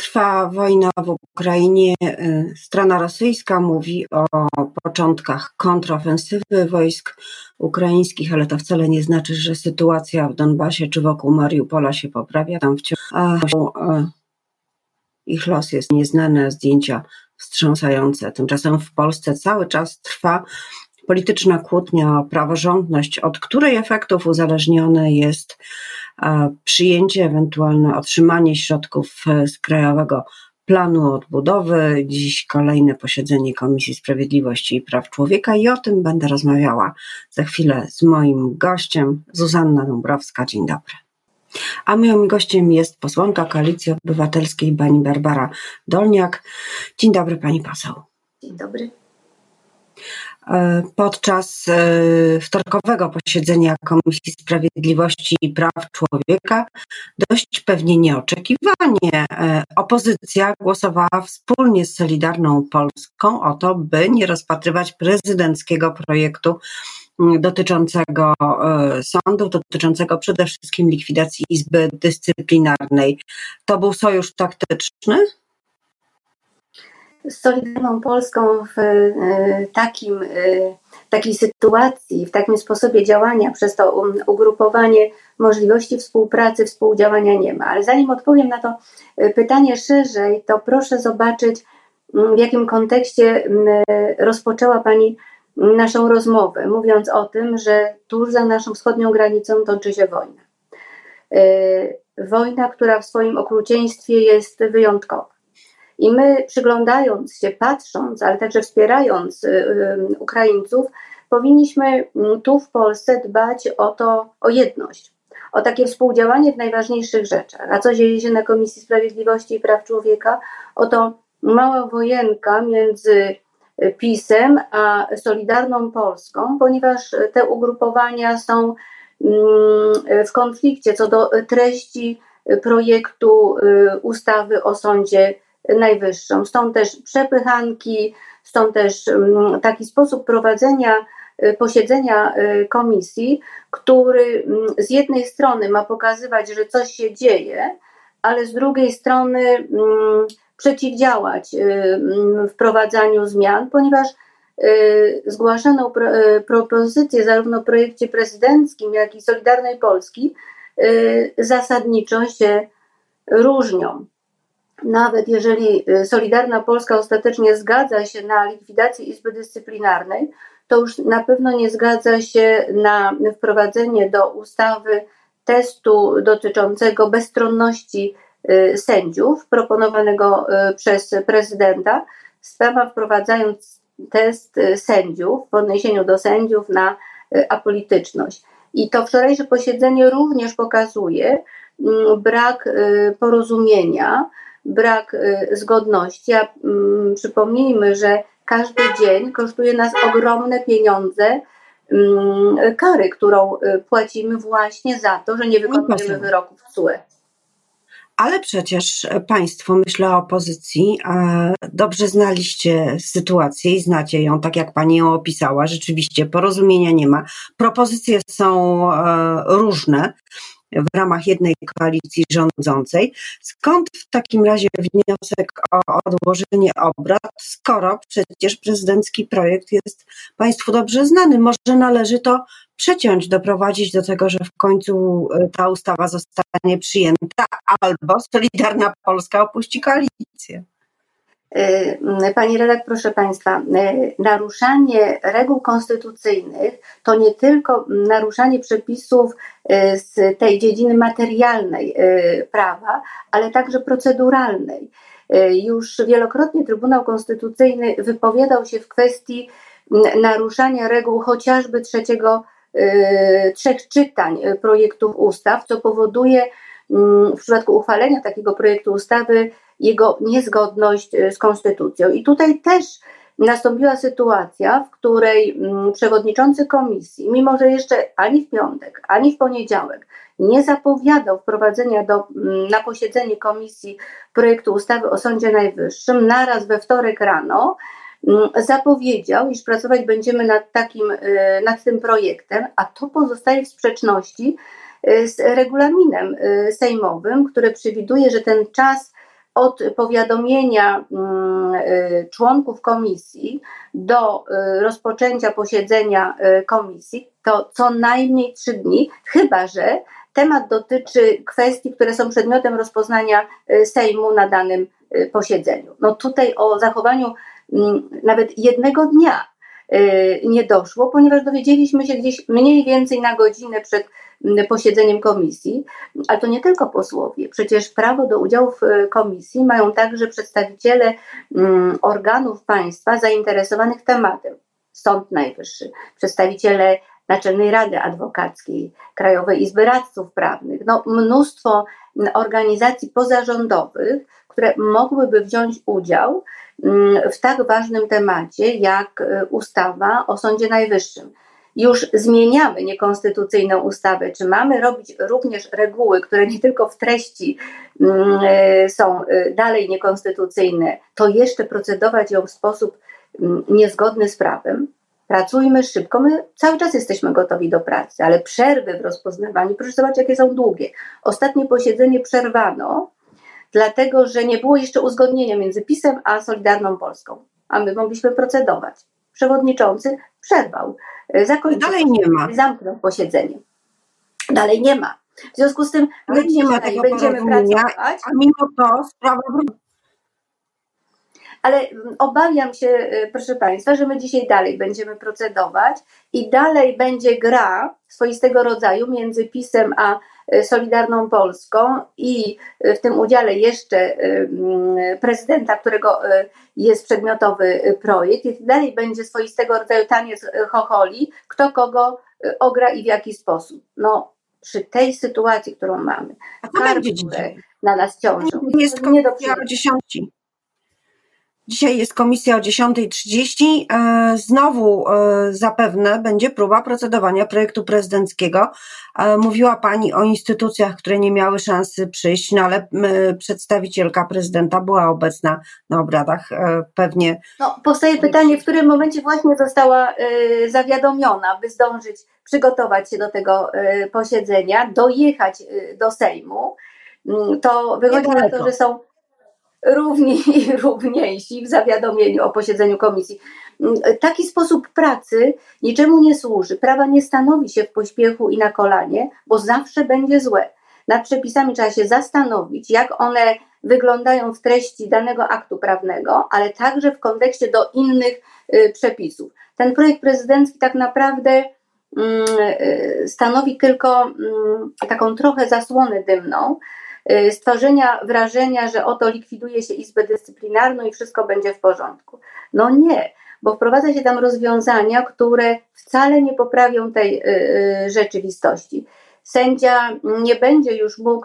Trwa wojna w Ukrainie. Strona rosyjska mówi o początkach kontrofensywy wojsk ukraińskich, ale to wcale nie znaczy, że sytuacja w Donbasie czy wokół Mariupola się poprawia. Tam wciąż ich los jest nieznany, zdjęcia wstrząsające. Tymczasem w Polsce cały czas trwa polityczna kłótnia o praworządność, od której efektów uzależnione jest przyjęcie, ewentualne otrzymanie środków z Krajowego Planu Odbudowy. Dziś kolejne posiedzenie Komisji Sprawiedliwości i Praw Człowieka i o tym będę rozmawiała za chwilę z moim gościem, Zuzanna Dąbrowska. Dzień dobry. A moim gościem jest posłanka Koalicji Obywatelskiej pani Barbara Dolniak. Dzień dobry pani poseł. Dzień dobry. Podczas wtorkowego posiedzenia Komisji Sprawiedliwości i Praw Człowieka dość pewnie nieoczekiwanie opozycja głosowała wspólnie z Solidarną Polską o to, by nie rozpatrywać prezydenckiego projektu dotyczącego sądów, dotyczącego przede wszystkim likwidacji Izby Dyscyplinarnej. To był sojusz taktyczny? Z Solidarną Polską w takiej sytuacji, w takim sposobie działania przez to ugrupowanie możliwości współpracy, współdziałania nie ma. Ale zanim odpowiem na to pytanie szerzej, to proszę zobaczyć, w jakim kontekście rozpoczęła Pani naszą rozmowę, mówiąc o tym, że tuż za naszą wschodnią granicą toczy się wojna. Wojna, która w swoim okrucieństwie jest wyjątkowa. I my przyglądając się, patrząc, ale także wspierając Ukraińców, powinniśmy tu w Polsce dbać o jedność, o takie współdziałanie w najważniejszych rzeczach. A co dzieje się na Komisji Sprawiedliwości i Praw Człowieka? Oto mała wojenka między PiS-em a Solidarną Polską, ponieważ te ugrupowania są w konflikcie co do treści projektu ustawy o Sądzie Najwyższym. Stąd też przepychanki, stąd też taki sposób prowadzenia posiedzenia komisji, który z jednej strony ma pokazywać, że coś się dzieje, ale z drugiej strony przeciwdziałać wprowadzaniu zmian, ponieważ zgłaszano propozycje zarówno w projekcie prezydenckim, jak i Solidarnej Polski zasadniczo się różnią. Nawet jeżeli Solidarna Polska ostatecznie zgadza się na likwidację Izby Dyscyplinarnej, to już na pewno nie zgadza się na wprowadzenie do ustawy testu dotyczącego bezstronności sędziów proponowanego przez prezydenta. Sprawa wprowadzając test sędziów w odniesieniu do sędziów na apolityczność. I to wczorajsze posiedzenie również pokazuje brak porozumienia, brak zgodności. A przypomnijmy, że każdy dzień kosztuje nas ogromne pieniądze kary, którą płacimy właśnie za to, że nie wykonujemy wyroków TSUE. Ale przecież państwo, myślę o opozycji, dobrze znaliście sytuację i znacie ją tak, jak pani ją opisała. Rzeczywiście porozumienia nie ma. Propozycje są różne w ramach jednej koalicji rządzącej. Skąd w takim razie wniosek o odłożenie obrad, skoro przecież prezydencki projekt jest państwu dobrze znany? Może należy to przeciąć, doprowadzić do tego, że w końcu ta ustawa zostanie przyjęta, albo Solidarna Polska opuści koalicję. Pani redaktor, proszę Państwa, naruszanie reguł konstytucyjnych to nie tylko naruszanie przepisów z tej dziedziny materialnej prawa, ale także proceduralnej. Już wielokrotnie Trybunał Konstytucyjny wypowiadał się w kwestii naruszania reguł chociażby trzech czytań projektów ustaw, co powoduje w przypadku uchwalenia takiego projektu ustawy jego niezgodność z konstytucją. I tutaj też nastąpiła sytuacja, w której przewodniczący komisji, mimo że jeszcze ani w piątek, ani w poniedziałek nie zapowiadał wprowadzenia na posiedzenie komisji projektu ustawy o Sądzie Najwyższym, naraz we wtorek rano zapowiedział, iż pracować będziemy nad tym projektem, a to pozostaje w sprzeczności z regulaminem sejmowym, który przewiduje, że ten czas od powiadomienia członków komisji do rozpoczęcia posiedzenia komisji to co najmniej 3 dni, chyba że temat dotyczy kwestii, które są przedmiotem rozpoznania Sejmu na danym posiedzeniu. No tutaj o zachowaniu nawet 1 dnia nie doszło, ponieważ dowiedzieliśmy się gdzieś mniej więcej na godzinę przed posiedzeniem komisji, ale to nie tylko posłowie. Przecież prawo do udziału w komisji mają także przedstawiciele organów państwa zainteresowanych tematem. Sąd Najwyższy, przedstawiciele Naczelnej Rady Adwokackiej, Krajowej Izby Radców Prawnych, no mnóstwo organizacji pozarządowych, które mogłyby wziąć udział w tak ważnym temacie jak ustawa o Sądzie Najwyższym. Już zmieniamy niekonstytucyjną ustawę. Czy mamy robić również reguły, które nie tylko w treści są dalej niekonstytucyjne, to jeszcze procedować ją w sposób niezgodny z prawem? Pracujmy szybko, my cały czas jesteśmy gotowi do pracy, ale przerwy w rozpoznawaniu, proszę zobaczyć, jakie są długie. Ostatnie posiedzenie przerwano, dlatego że nie było jeszcze uzgodnienia między PiS-em a Solidarną Polską, a my mogliśmy procedować. Przewodniczący przerwał, zakończył, dalej nie ma. Zamknął posiedzenie. Dalej nie ma. W związku z tym my nie ma tego będziemy pracować. A mimo to sprawa... Ale obawiam się, proszę Państwa, że my dzisiaj dalej będziemy procedować i dalej będzie gra swoistego rodzaju między PiS-em a Solidarną Polską i w tym udziale jeszcze prezydenta, którego jest przedmiotowy projekt. I dalej będzie swoistego rodzaju taniec chocholi, kto kogo ogra i w jaki sposób. No, przy tej sytuacji, którą mamy, kar, które na nas ciążą, jest nie do przyjęcia. Dzisiaj jest komisja o 10:30. Znowu zapewne będzie próba procedowania projektu prezydenckiego. Mówiła Pani o instytucjach, które nie miały szansy przyjść, no ale przedstawicielka prezydenta była obecna na obradach. Pewnie. No, powstaje pytanie, w którym momencie właśnie została zawiadomiona, by zdążyć przygotować się do tego posiedzenia, dojechać do Sejmu. To wychodzi na to, że są równi i równiejsi w zawiadomieniu o posiedzeniu komisji. Taki sposób pracy niczemu nie służy. Prawa nie stanowi się w pośpiechu i na kolanie, bo zawsze będzie złe. Nad przepisami trzeba się zastanowić, jak one wyglądają w treści danego aktu prawnego, ale także w kontekście do innych przepisów. Ten projekt prezydencki tak naprawdę stanowi tylko taką trochę zasłonę dymną, stworzenia wrażenia, że oto likwiduje się Izbę Dyscyplinarną i wszystko będzie w porządku. No nie, bo wprowadza się tam rozwiązania, które wcale nie poprawią tej rzeczywistości. Sędzia nie będzie już mógł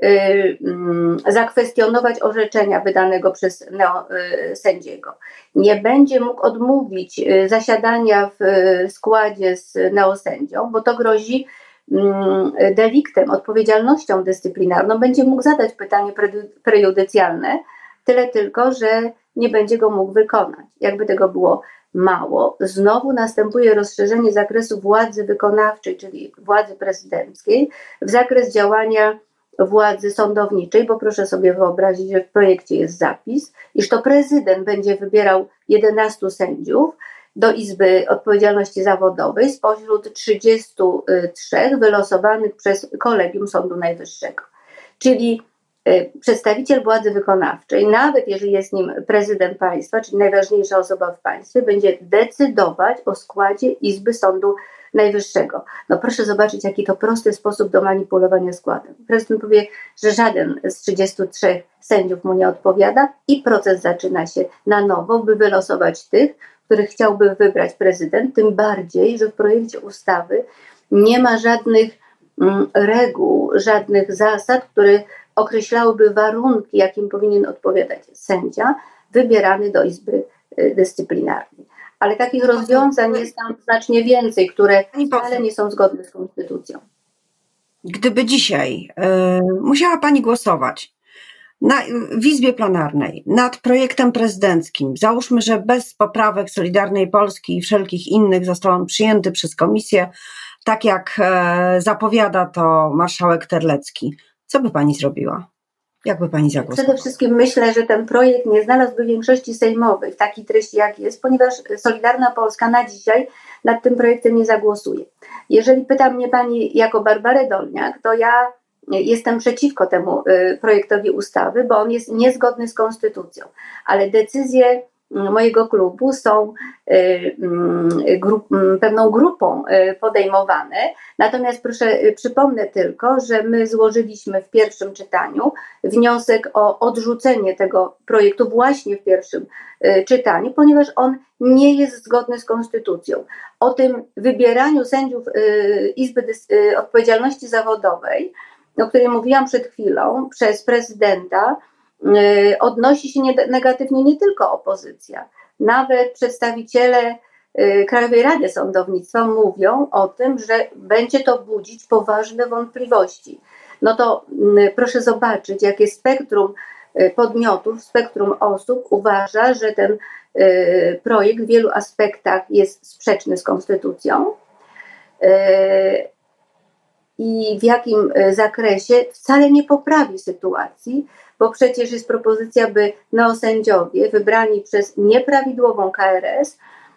zakwestionować orzeczenia wydanego przez neosędziego. Nie będzie mógł odmówić zasiadania w składzie z neosędzią, bo to grozi deliktem, odpowiedzialnością dyscyplinarną. Będzie mógł zadać pytanie prejudycjalne, tyle tylko, że nie będzie go mógł wykonać. Jakby tego było mało, znowu następuje rozszerzenie zakresu władzy wykonawczej, czyli władzy prezydenckiej, w zakres działania władzy sądowniczej, bo proszę sobie wyobrazić, że w projekcie jest zapis, iż to prezydent będzie wybierał 11 sędziów do Izby Odpowiedzialności Zawodowej spośród 33 wylosowanych przez Kolegium Sądu Najwyższego. Czyli przedstawiciel władzy wykonawczej, nawet jeżeli jest nim prezydent państwa, czyli najważniejsza osoba w państwie, będzie decydować o składzie Izby Sądu Najwyższego. No proszę zobaczyć, jaki to prosty sposób do manipulowania składem. Prezydent powie, że żaden z 33 sędziów mu nie odpowiada i proces zaczyna się na nowo, by wylosować tych, których chciałby wybrać prezydent, tym bardziej, że w projekcie ustawy nie ma żadnych reguł, żadnych zasad, które określałyby warunki, jakim powinien odpowiadać sędzia wybierany do Izby Dyscyplinarnej. Ale takich rozwiązań jest tam znacznie więcej, które wcale nie są zgodne z konstytucją. Gdyby dzisiaj musiała Pani głosować w Izbie Plenarnej nad projektem prezydenckim, załóżmy, że bez poprawek Solidarnej Polski i wszelkich innych został on przyjęty przez komisję, tak jak zapowiada to marszałek Terlecki, co by Pani zrobiła? Jak by pani zagłosowała? Przede wszystkim myślę, że ten projekt nie znalazłby większości sejmowej w takiej treści, jak jest, ponieważ Solidarna Polska na dzisiaj nad tym projektem nie zagłosuje. Jeżeli pyta mnie pani jako Barbarę Dolniak, to ja jestem przeciwko temu projektowi ustawy, bo on jest niezgodny z konstytucją, ale decyzje mojego klubu są pewną grupą podejmowane. Natomiast przypomnę tylko, że my złożyliśmy w pierwszym czytaniu wniosek o odrzucenie tego projektu właśnie w pierwszym czytaniu, ponieważ on nie jest zgodny z konstytucją. O tym wybieraniu sędziów Izby Odpowiedzialności Zawodowej, o której mówiłam przed chwilą, przez prezydenta, odnosi się negatywnie nie tylko opozycja. Nawet przedstawiciele Krajowej Rady Sądownictwa mówią o tym, że będzie to budzić poważne wątpliwości. No to proszę zobaczyć, jakie spektrum podmiotów, spektrum osób uważa, że ten projekt w wielu aspektach jest sprzeczny z konstytucją i w jakim zakresie wcale nie poprawi sytuacji, bo przecież jest propozycja, by neosędziowie wybrani przez nieprawidłową KRS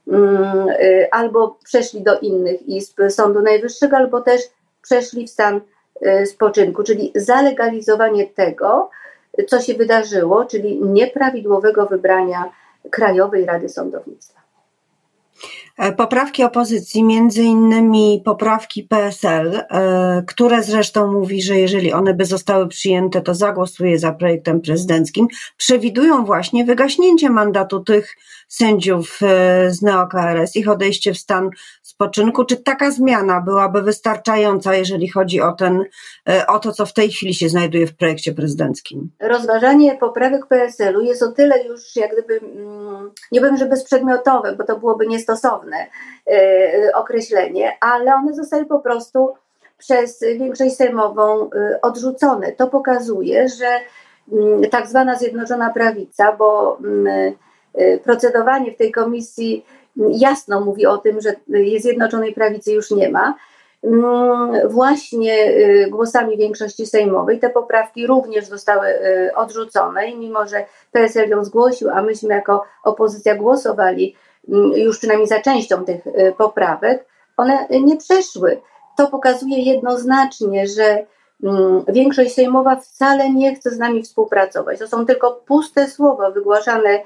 albo przeszli do innych izb Sądu Najwyższego, albo też przeszli w stan spoczynku, czyli zalegalizowanie tego, co się wydarzyło, czyli nieprawidłowego wybrania Krajowej Rady Sądownictwa. Poprawki opozycji, między innymi poprawki PSL, które zresztą mówi, że jeżeli one by zostały przyjęte, to zagłosuje za projektem prezydenckim, przewidują właśnie wygaśnięcie mandatu tych sędziów z neo-KRS, ich odejście w stan spoczynku. Czy taka zmiana byłaby wystarczająca, jeżeli chodzi o to, co w tej chwili się znajduje w projekcie prezydenckim? Rozważanie poprawek PSL-u jest o tyle już jak gdyby, nie powiem, że bezprzedmiotowe, bo to byłoby niestosowne określenie, ale one zostały po prostu przez większość sejmową odrzucone. To pokazuje, że tak zwana Zjednoczona Prawica, bo procedowanie w tej komisji jasno mówi o tym, że Zjednoczonej Prawicy już nie ma. Właśnie głosami większości sejmowej te poprawki również zostały odrzucone i mimo, że PSL ją zgłosił, a myśmy jako opozycja głosowali już przynajmniej za częścią tych poprawek, one nie przeszły. To pokazuje jednoznacznie, że większość sejmowa wcale nie chce z nami współpracować. To są tylko puste słowa wygłaszane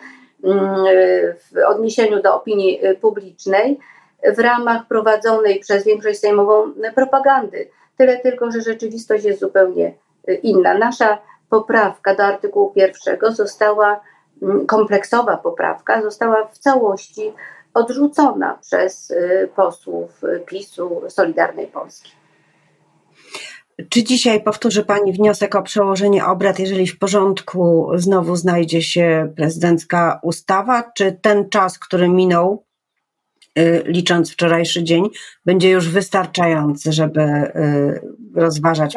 w odniesieniu do opinii publicznej w ramach prowadzonej przez większość sejmową propagandy. Tyle tylko, że rzeczywistość jest zupełnie inna. Nasza poprawka do artykułu 1 kompleksowa poprawka została w całości odrzucona przez posłów PiS-u, Solidarnej Polski. Czy dzisiaj powtórzy pani wniosek o przełożenie obrad, jeżeli w porządku znowu znajdzie się prezydencka ustawa? Czy ten czas, który minął, licząc wczorajszy dzień, będzie już wystarczający, żeby rozważać?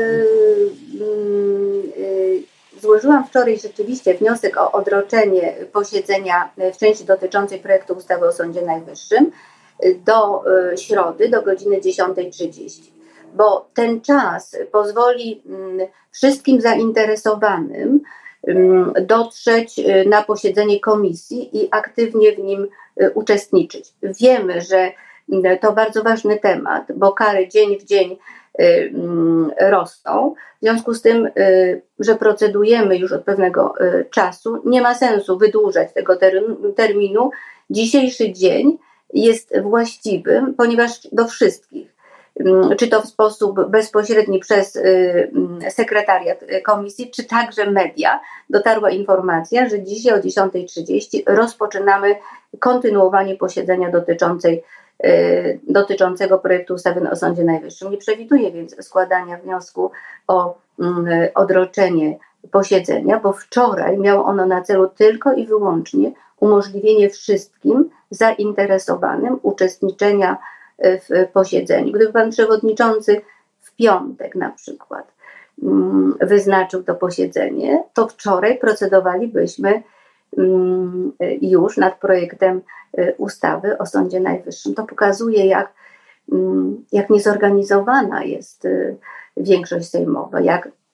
Złożyłam wczoraj rzeczywiście wniosek o odroczenie posiedzenia w części dotyczącej projektu ustawy o Sądzie Najwyższym do środy, do godziny 10:30, bo ten czas pozwoli wszystkim zainteresowanym dotrzeć na posiedzenie komisji i aktywnie w nim uczestniczyć. Wiemy, że to bardzo ważny temat, bo kary dzień w dzień rosną. W związku z tym, że procedujemy już od pewnego czasu, nie ma sensu wydłużać tego terminu. Dzisiejszy dzień jest właściwym, ponieważ do wszystkich, czy to w sposób bezpośredni przez sekretariat komisji, czy także media, dotarła informacja, że dzisiaj o 10:30 rozpoczynamy kontynuowanie posiedzenia dotyczącego projektu ustawy o Sądzie Najwyższym. Nie przewiduje więc składania wniosku o odroczenie posiedzenia, bo wczoraj miało ono na celu tylko i wyłącznie umożliwienie wszystkim zainteresowanym uczestniczenia w posiedzeniu. Gdyby pan przewodniczący w piątek na przykład wyznaczył to posiedzenie, to wczoraj procedowalibyśmy już nad projektem ustawy o Sądzie Najwyższym. To pokazuje, jak niezorganizowana jest większość sejmowa, jak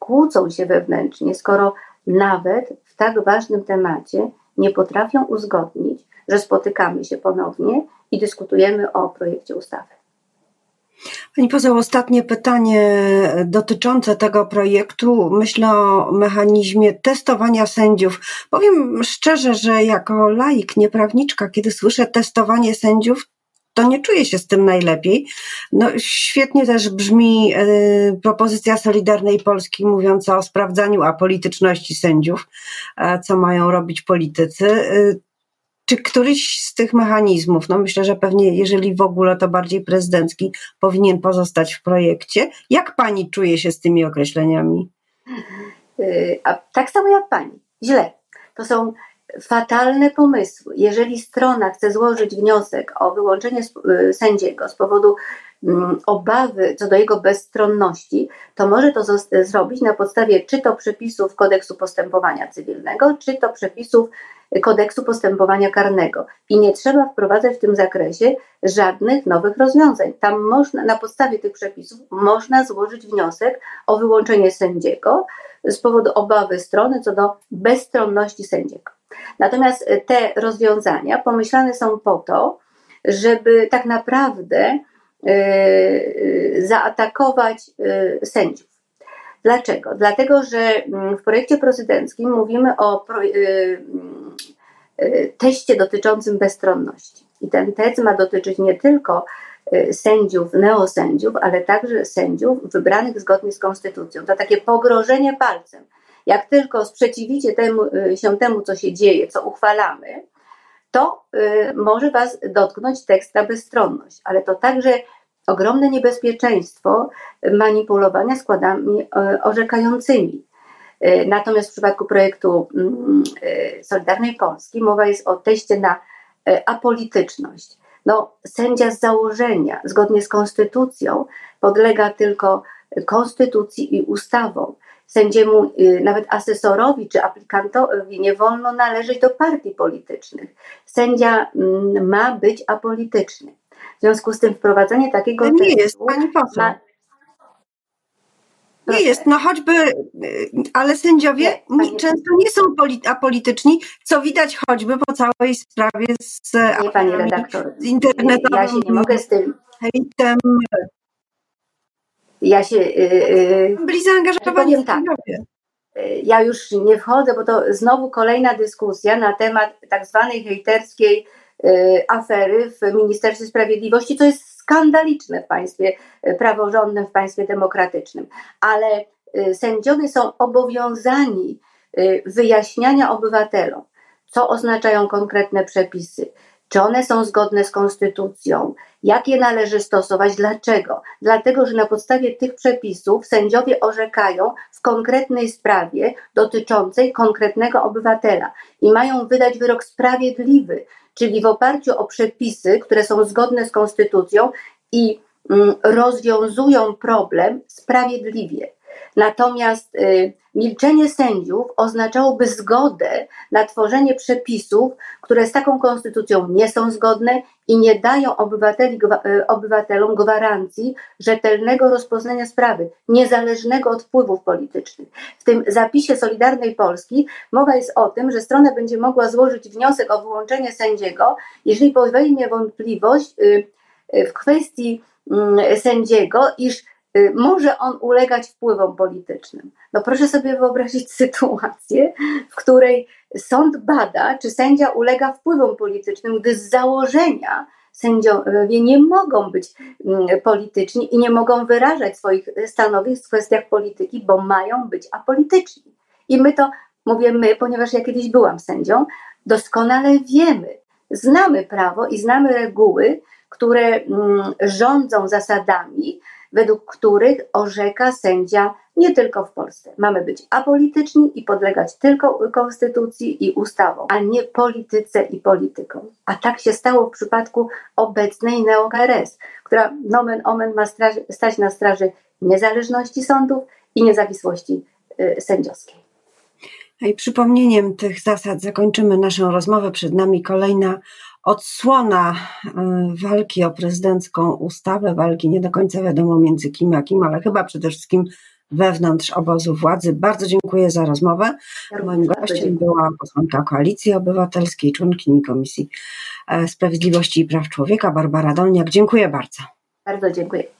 kłócą się wewnętrznie, skoro nawet w tak ważnym temacie nie potrafią uzgodnić, że spotykamy się ponownie i dyskutujemy o projekcie ustawy. Pani poseł, ostatnie pytanie dotyczące tego projektu. Myślę o mechanizmie testowania sędziów. Powiem szczerze, że jako laik, nieprawniczka, kiedy słyszę testowanie sędziów, to nie czuję się z tym najlepiej. No, świetnie też brzmi propozycja Solidarnej Polski mówiąca o sprawdzaniu apolityczności sędziów, co mają robić politycy. Czy któryś z tych mechanizmów, no myślę, że pewnie jeżeli w ogóle to bardziej prezydencki, powinien pozostać w projekcie? Jak pani czuje się z tymi określeniami? A tak samo jak pani. Źle. To są fatalne pomysły. Jeżeli strona chce złożyć wniosek o wyłączenie sędziego z powodu obawy co do jego bezstronności, to może to zrobić na podstawie czy to przepisów Kodeksu Postępowania Cywilnego, czy to przepisów Kodeksu Postępowania Karnego. I nie trzeba wprowadzać w tym zakresie żadnych nowych rozwiązań. Tam można, na podstawie tych przepisów można złożyć wniosek o wyłączenie sędziego z powodu obawy strony co do bezstronności sędziego. Natomiast te rozwiązania pomyślane są po to, żeby tak naprawdę zaatakować sędziów. Dlaczego? Dlatego, że w projekcie prezydenckim mówimy o teście dotyczącym bezstronności. I ten test ma dotyczyć nie tylko sędziów, neosędziów, ale także sędziów wybranych zgodnie z konstytucją. To takie pogrożenie palcem. Jak tylko sprzeciwicie się temu, co się dzieje, co uchwalamy, to może was dotknąć tekst na bezstronność. Ale to także ogromne niebezpieczeństwo manipulowania składami orzekającymi. Natomiast w przypadku projektu Solidarnej Polski mowa jest o teście na apolityczność. No, sędzia z założenia, zgodnie z konstytucją, podlega tylko konstytucji i ustawom. Sędziemu, nawet asesorowi czy aplikantowi nie wolno należeć do partii politycznych. Sędzia ma być apolityczny. W związku z tym wprowadzenie takiego testu... Nie jest, pani poseł. Nie jest, no choćby, ale sędziowie często nie są apolityczni, co widać choćby po całej sprawie z pani redaktor, internetowym ja się nie mogę z tym hejtem. Ja się... byli zaangażowani tak. Ja już nie wchodzę, bo to znowu kolejna dyskusja na temat tak zwanej hejterskiej afery w Ministerstwie Sprawiedliwości, co jest skandaliczne w państwie praworządnym, w państwie demokratycznym. Ale sędziowie są obowiązani wyjaśniania obywatelom, co oznaczają konkretne przepisy, czy one są zgodne z konstytucją, jak je należy stosować, dlaczego? Dlatego, że na podstawie tych przepisów sędziowie orzekają w konkretnej sprawie dotyczącej konkretnego obywatela i mają wydać wyrok sprawiedliwy, czyli w oparciu o przepisy, które są zgodne z konstytucją i rozwiązują problem sprawiedliwie. Natomiast milczenie sędziów oznaczałoby zgodę na tworzenie przepisów, które z taką konstytucją nie są zgodne i nie dają obywatelom gwarancji rzetelnego rozpoznania sprawy, niezależnego od wpływów politycznych. W tym zapisie Solidarnej Polski mowa jest o tym, że strona będzie mogła złożyć wniosek o wyłączenie sędziego, jeżeli podejmie wątpliwość w kwestii sędziego, iż może on ulegać wpływom politycznym. No proszę sobie wyobrazić sytuację, w której sąd bada, czy sędzia ulega wpływom politycznym, gdy z założenia sędziowie nie mogą być polityczni i nie mogą wyrażać swoich stanowisk w kwestiach polityki, bo mają być apolityczni. I my to, mówię my, ponieważ ja kiedyś byłam sędzią, doskonale wiemy, znamy prawo i znamy reguły, które rządzą zasadami, według których orzeka sędzia nie tylko w Polsce. Mamy być apolityczni i podlegać tylko konstytucji i ustawom, a nie polityce i politykom. A tak się stało w przypadku obecnej neo-KRS, która nomen omen ma stać na straży niezależności sądów i niezawisłości sędziowskiej. I przypomnieniem tych zasad zakończymy naszą rozmowę. Przed nami kolejna odsłona walki o prezydencką ustawę, walki nie do końca wiadomo między kim a kim, ale chyba przede wszystkim wewnątrz obozu władzy. Bardzo dziękuję za rozmowę. Moim gościem była posłanka Koalicji Obywatelskiej, członkini Komisji Sprawiedliwości i Praw Człowieka Barbara Dolniak. Dziękuję bardzo. Bardzo dziękuję.